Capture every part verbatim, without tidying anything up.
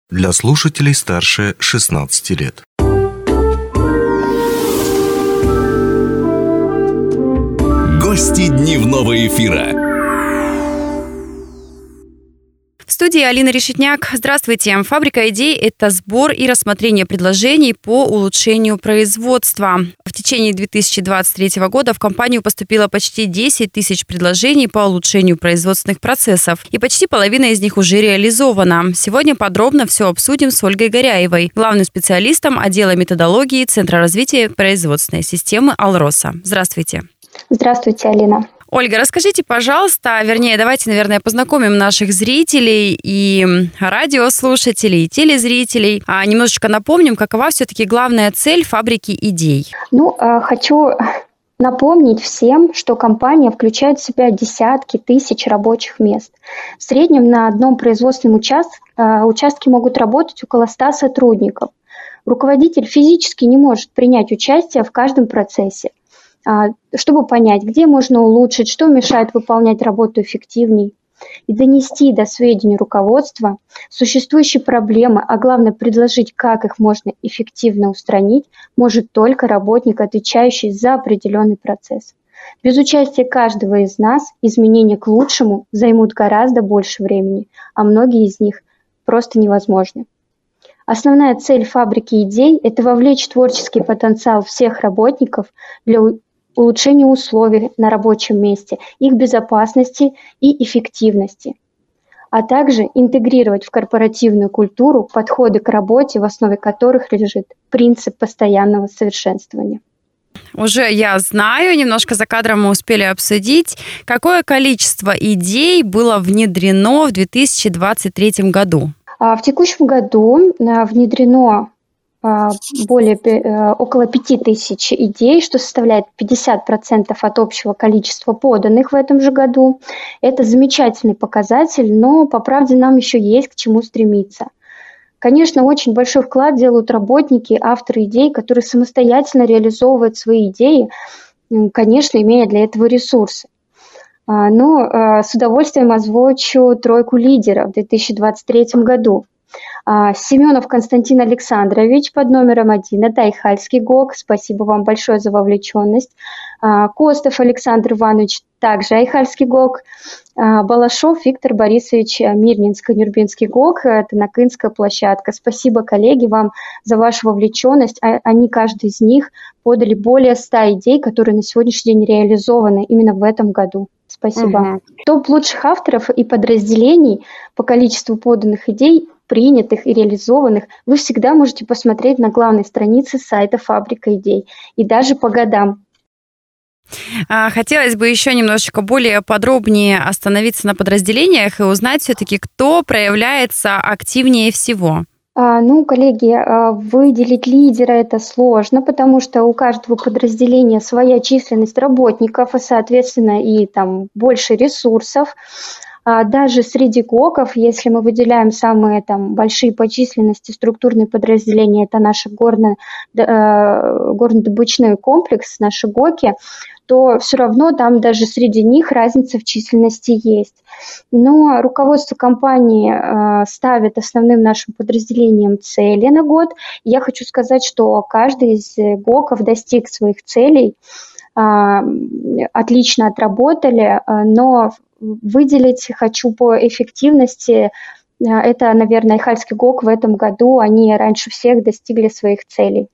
Для слушателей старше шестнадцати лет. Гости дневного эфира. В студии Алина Решетняк. Здравствуйте. Фабрика идей – это сбор и рассмотрение предложений по улучшению производства. В течение две тысячи двадцать третьего года в компанию поступило почти десять тысяч предложений по улучшению производственных процессов, и почти половина из них уже реализована. Сегодня подробно все обсудим с Ольгой Горяевой, главным специалистом отдела методологии Центра развития производственной системы «Алроса». Здравствуйте. Здравствуйте, Алина. Ольга, расскажите, пожалуйста, вернее, давайте, наверное, познакомим наших зрителей и радиослушателей, и телезрителей. А немножечко напомним, какова все-таки главная цель фабрики идей. Ну, хочу напомнить всем, что компания включает в себя десятки тысяч рабочих мест. В среднем на одном производственном участке, участке могут работать около ста сотрудников. Руководитель физически не может принять участие в каждом процессе, чтобы понять, где можно улучшить, что мешает выполнять работу эффективней, и донести до сведения руководства существующие проблемы, а главное предложить, как их можно эффективно устранить, может только работник, отвечающий за определенный процесс. Без участия каждого из нас изменения к лучшему займут гораздо больше времени, а многие из них просто невозможны. Основная цель фабрики идей – это вовлечь творческий потенциал всех работников для улучшения условий на рабочем месте, их безопасности и эффективности, а также интегрировать в корпоративную культуру подходы к работе, в основе которых лежит принцип постоянного совершенствования. Уже я знаю, немножко за кадром мы успели обсудить, какое количество идей было внедрено в две тысячи двадцать третьем году. В текущем году внедрено более около пяти тысяч идей, что составляет пятьдесят процентов от общего количества поданных в этом же году. Это замечательный показатель, но, по правде, нам еще есть к чему стремиться. Конечно, очень большой вклад делают работники, авторы идей, которые самостоятельно реализовывают свои идеи, конечно, имея для этого ресурсы. Но с удовольствием озвучу тройку лидеров в две тысячи двадцать третьем году. Семенов Константин Александрович под номером один, это Айхальский ГОК, спасибо вам большое за вовлеченность. Костов Александр Иванович, также Айхальский ГОК. Балашов Виктор Борисович, Мирнинско-Нюрбинский ГОК, это Накынская площадка. Спасибо, коллеги, вам за вашу вовлеченность. Они, каждый из них, подали более ста идей, которые на сегодняшний день реализованы именно в этом году. Спасибо. Uh-huh. Топ лучших авторов и подразделений по количеству поданных идей, принятых и реализованных, вы всегда можете посмотреть на главной странице сайта «Фабрика идей» и даже по годам. Хотелось бы еще немножечко более подробнее остановиться на подразделениях и узнать все-таки, кто проявляется активнее всего. Ну, коллеги, выделить лидера это сложно, потому что у каждого подразделения своя численность работников, и, соответственно, и там больше ресурсов. Даже среди ГОКов, если мы выделяем самые там большие по численности структурные подразделения, это наш горно, горнодобычный комплекс, наши ГОКи, то все равно там даже среди них разница в численности есть. Но руководство компании э, ставит основным нашим подразделением цели на год. Я хочу сказать, что каждый из ГОКов достиг своих целей, э, отлично отработали, э, но выделить хочу по эффективности, э, это, наверное, Айхальский ГОК в этом году, они раньше всех достигли своих целей.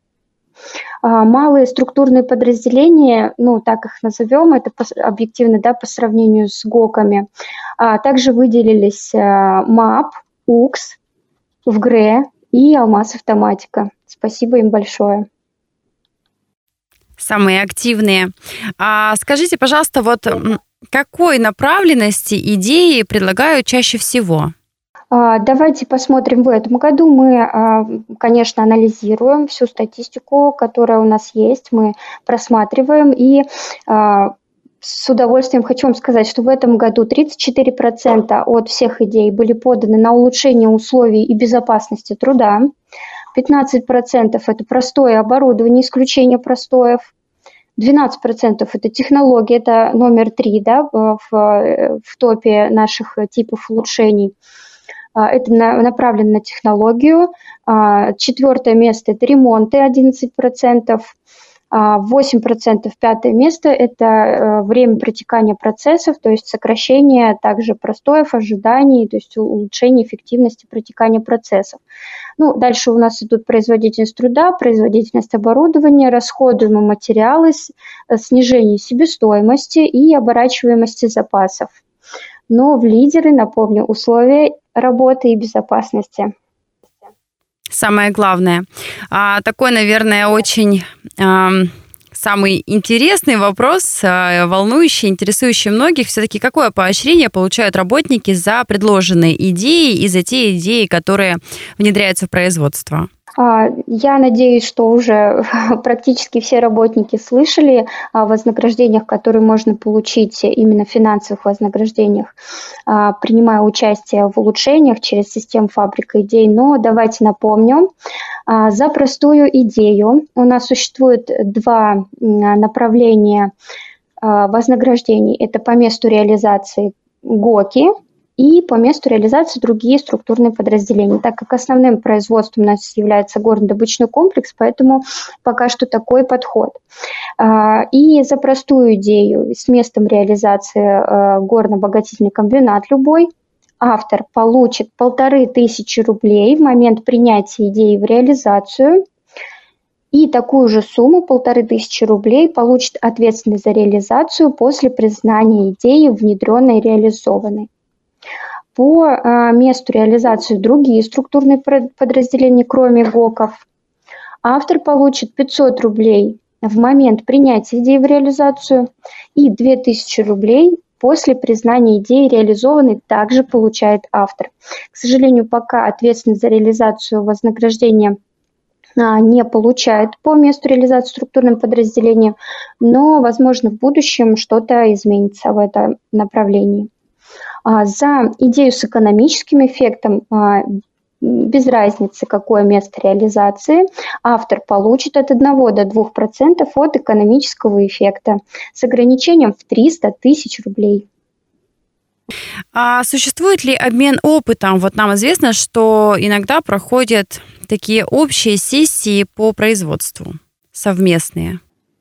Малые структурные подразделения, ну, так их назовем, это объективно, да, по сравнению с ГОКами. А также выделились МАП, УКС, ВГРЭ и Алмаз Автоматика. Спасибо им большое. Самые активные. А скажите, пожалуйста, вот какой направленности идеи предлагают чаще всего? Давайте посмотрим в этом году. Мы, конечно, анализируем всю статистику, которая у нас есть, мы просматриваем, и с удовольствием хочу вам сказать, что в этом году тридцать четыре процента от всех идей были поданы на улучшение условий и безопасности труда, пятнадцать процентов это простое оборудование, исключение простоев, двенадцать процентов это технологии, это номер три, да, в, в топе наших типов улучшений. Это направлено на технологию. Четвертое место – это ремонты, одиннадцать процентов. восемь процентов пятое место – это время протекания процессов, то есть сокращение также простоев, ожиданий, то есть улучшение эффективности протекания процессов. Ну, дальше у нас идут производительность труда, производительность оборудования, расходуемые материалы, снижение себестоимости и оборачиваемости запасов. Но в лидеры, напомню, условия работы и безопасности. Самое главное. А, такой, наверное, очень а, самый интересный вопрос, а, волнующий, интересующий многих. Все-таки какое поощрение получают работники за предложенные идеи и за те идеи, которые внедряются в производство? Я надеюсь, что уже практически все работники слышали о вознаграждениях, которые можно получить, именно финансовых вознаграждениях, принимая участие в улучшениях через систему «Фабрика идей». Но давайте напомню, за простую идею у нас существует два направления вознаграждений. Это по месту реализации ГОКи и по месту реализации другие структурные подразделения, так как основным производством у нас является горно-добычный комплекс, поэтому пока что такой подход. И за простую идею с местом реализации горно-обогатительный комбинат любой, автор получит полторы тысячи рублей в момент принятия идеи в реализацию, и такую же сумму, полторы тысячи рублей, получит ответственный за реализацию после признания идеи внедренной и реализованной. По а, месту реализации другие структурные подразделения, кроме ГОКов, автор получит пятьсот рублей в момент принятия идеи в реализацию и две тысячи рублей после признания идеи реализованной также получает автор. К сожалению, пока ответственность за реализацию вознаграждения а, не получает по месту реализации структурным подразделением, но, возможно, в будущем что-то изменится в этом направлении. За идею с экономическим эффектом, без разницы, какое место реализации, автор получит от одного до двух процентов от экономического эффекта с ограничением в триста тысяч рублей. А существует ли обмен опытом? Вот нам известно, что иногда проходят такие общие сессии по производству, совместные.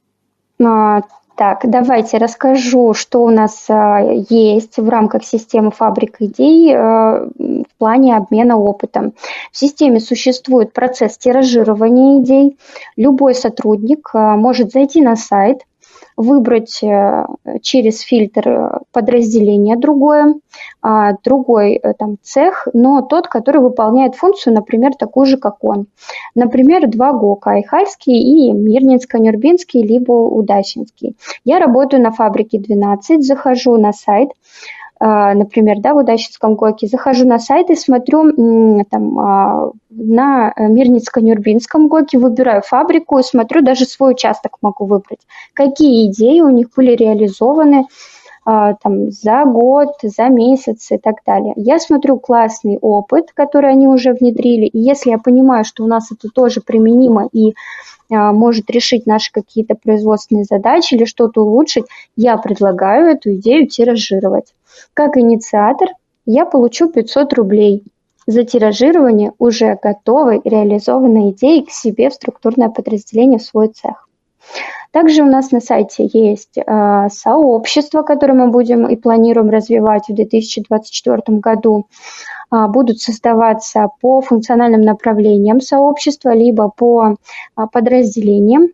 Так, давайте расскажу, что у нас а, есть в рамках системы «Фабрика идей» а, в плане обмена опытом. В системе существует процесс тиражирования идей. Любой сотрудник а, может зайти на сайт, выбрать а, через фильтр подразделение другое, а, другой а, там, цех, но тот, который выполняет функцию, например, такую же, как он. Например, два ГОКа, Айхальский и Мирнинско-Нюрбинский, либо Удачинский. Я работаю на «Фабрике двенадцать», захожу на сайт, например, да, в Удачинском ГОКе, захожу на сайт и смотрю там, на Мирнинско-Нюрбинском ГОКе, выбираю фабрику и смотрю, даже свой участок могу выбрать, какие идеи у них были реализованы там, за год, за месяц и так далее. Я смотрю классный опыт, который они уже внедрили, и если я понимаю, что у нас это тоже применимо и может решить наши какие-то производственные задачи или что-то улучшить, я предлагаю эту идею тиражировать. Как инициатор я получу пятьсот рублей за тиражирование уже готовой реализованной идеи к себе в структурное подразделение, в свой цех. Также у нас на сайте есть э, сообщество, которое мы будем и планируем развивать в две тысячи двадцать четвёртом году. Э, будут создаваться по функциональным направлениям сообщества, либо по э, подразделениям.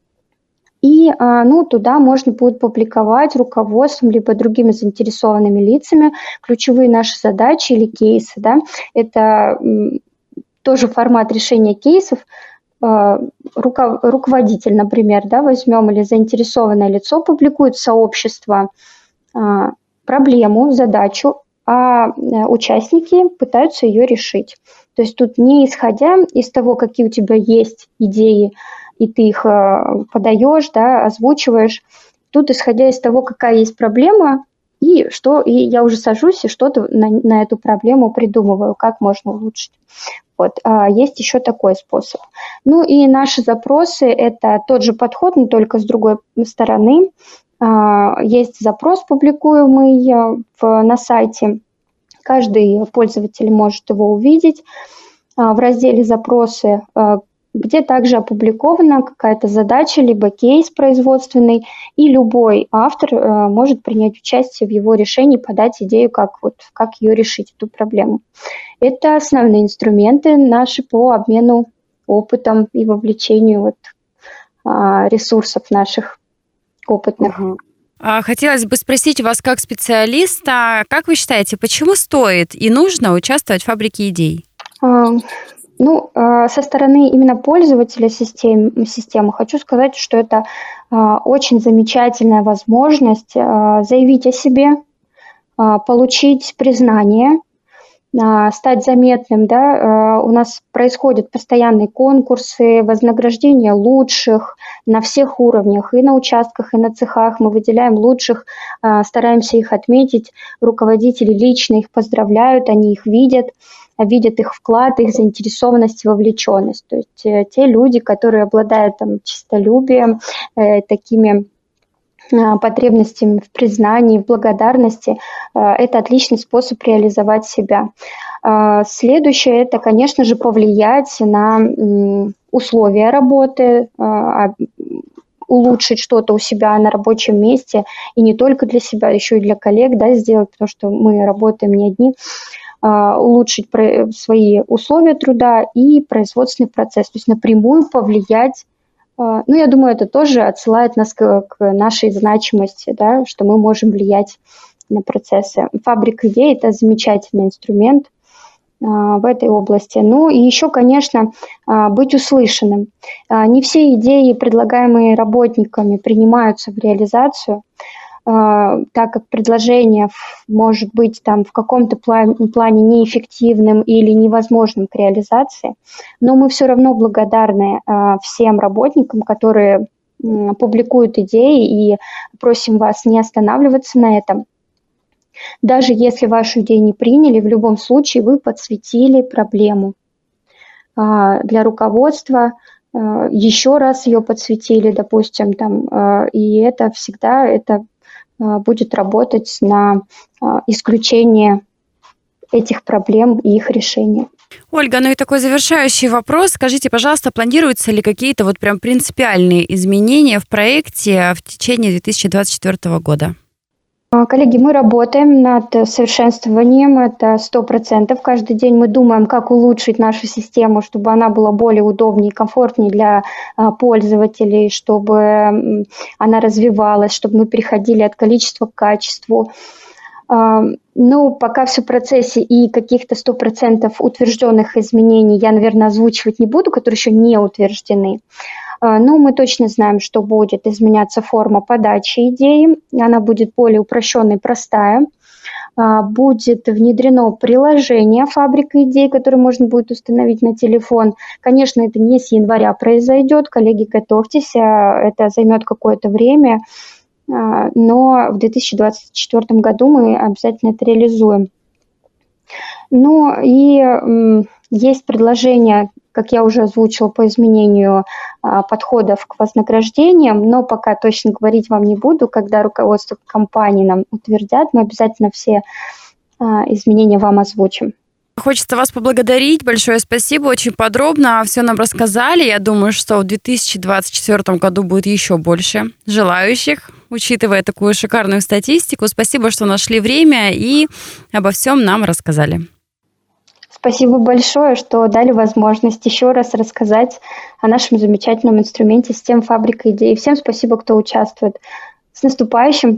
И э, ну, туда можно будет публиковать руководством, либо другими заинтересованными лицами ключевые наши задачи или кейсы. Да? Это э, тоже формат решения кейсов. Руководитель, например, да, возьмем, или заинтересованное лицо публикует в сообщество а, проблему, задачу, а участники пытаются ее решить. То есть тут не исходя из того, какие у тебя есть идеи, и ты их а, подаешь, да, озвучиваешь, тут исходя из того, какая есть проблема, и что и я уже сажусь и что-то на, на эту проблему придумываю, как можно улучшить. Вот, а, есть еще такой способ. Ну и наши запросы – это тот же подход, но только с другой стороны. А, есть запрос, публикуемый в, на сайте, Каждый пользователь может его увидеть в разделе «Запросы», где также опубликована какая-то задача, либо кейс производственный, и любой автор может принять участие в его решении, подать идею, как, вот, как ее решить, эту проблему. Это основные инструменты наши по обмену опытом и вовлечению вот, ресурсов наших опытных. Угу. Хотелось бы спросить у вас как специалиста, как вы считаете, почему стоит и нужно участвовать в фабрике идей? Ну, со стороны именно пользователя систем, системы хочу сказать, что это очень замечательная возможность заявить о себе, получить признание, стать заметным. Да? У нас происходят постоянные конкурсы, вознаграждение лучших на всех уровнях, и на участках, и на цехах. Мы выделяем лучших, стараемся их отметить. Руководители лично их поздравляют, они их видят. видят их вклад, их заинтересованность и вовлеченность. То есть э, те люди, которые обладают там, честолюбием, э, такими э, потребностями в признании, в благодарности, э, это отличный способ реализовать себя. Э, следующее – это, конечно же, повлиять на э, условия работы, э, улучшить что-то у себя на рабочем месте, и не только для себя, еще и для коллег, да, сделать, потому что мы работаем не одни, улучшить свои условия труда и производственный процесс, то есть напрямую повлиять. Ну, я думаю, это тоже отсылает нас к, к нашей значимости, да, что мы можем влиять на процессы. Фабрика идей – это замечательный инструмент а, в этой области. Ну, и еще, конечно, а, быть услышанным. А, не все идеи, предлагаемые работниками, принимаются в реализацию, так как предложение может быть там в каком-то плане, плане неэффективным или невозможным к реализации, но мы все равно благодарны всем работникам, которые публикуют идеи, и просим вас не останавливаться на этом. Даже если вашу идею не приняли, в любом случае вы подсветили проблему для руководства, еще раз ее подсветили, допустим, там, и это всегда это будет работать на исключение этих проблем и их решения. Ольга, ну и такой завершающий вопрос. Скажите, пожалуйста, планируются ли какие-то вот прям принципиальные изменения в проекте в течение две тысячи двадцать четвёртого года? Коллеги, мы работаем над совершенствованием, это сто процентов. Каждый день мы думаем, как улучшить нашу систему, чтобы она была более удобнее и комфортнее для пользователей, чтобы она развивалась, чтобы мы переходили от количества к качеству. Ну, пока все в процессе, и каких-то сто процентов утвержденных изменений я, наверное, озвучивать не буду, которые еще не утверждены. Но мы точно знаем, что будет изменяться форма подачи идеи, она будет более упрощенной, простая. Будет внедрено приложение «Фабрика идей», которое можно будет установить на телефон. Конечно, это не с января произойдет, коллеги, готовьтесь, это займет какое-то время, но в две тысячи двадцать четвёртом году мы обязательно это реализуем. Ну и есть предложение, как я уже озвучила, по изменению а, подходов к вознаграждениям, но пока точно говорить вам не буду. Когда руководство компании нам утвердят, мы обязательно все а, изменения вам озвучим. Хочется вас поблагодарить. Большое спасибо. Очень подробно все нам рассказали. Я думаю, что в две тысячи двадцать четвёртом году будет еще больше желающих, учитывая такую шикарную статистику. Спасибо, что нашли время и обо всем нам рассказали. Спасибо большое, что дали возможность еще раз рассказать о нашем замечательном инструменте «Система Фабрика идей». Всем спасибо, кто участвует. С наступающим!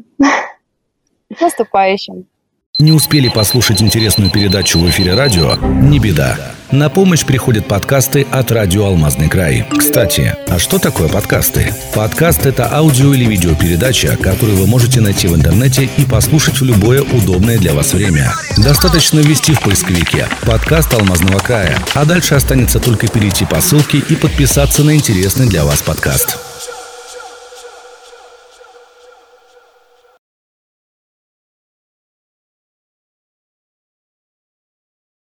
С наступающим! Не успели послушать интересную передачу в эфире радио? Не беда. На помощь приходят подкасты от радио «Алмазный край». Кстати, а что такое подкасты? Подкаст – это аудио- или видеопередача, которую вы можете найти в интернете и послушать в любое удобное для вас время. Достаточно ввести в поисковике «Подкаст Алмазного края», а дальше останется только перейти по ссылке и подписаться на интересный для вас подкаст.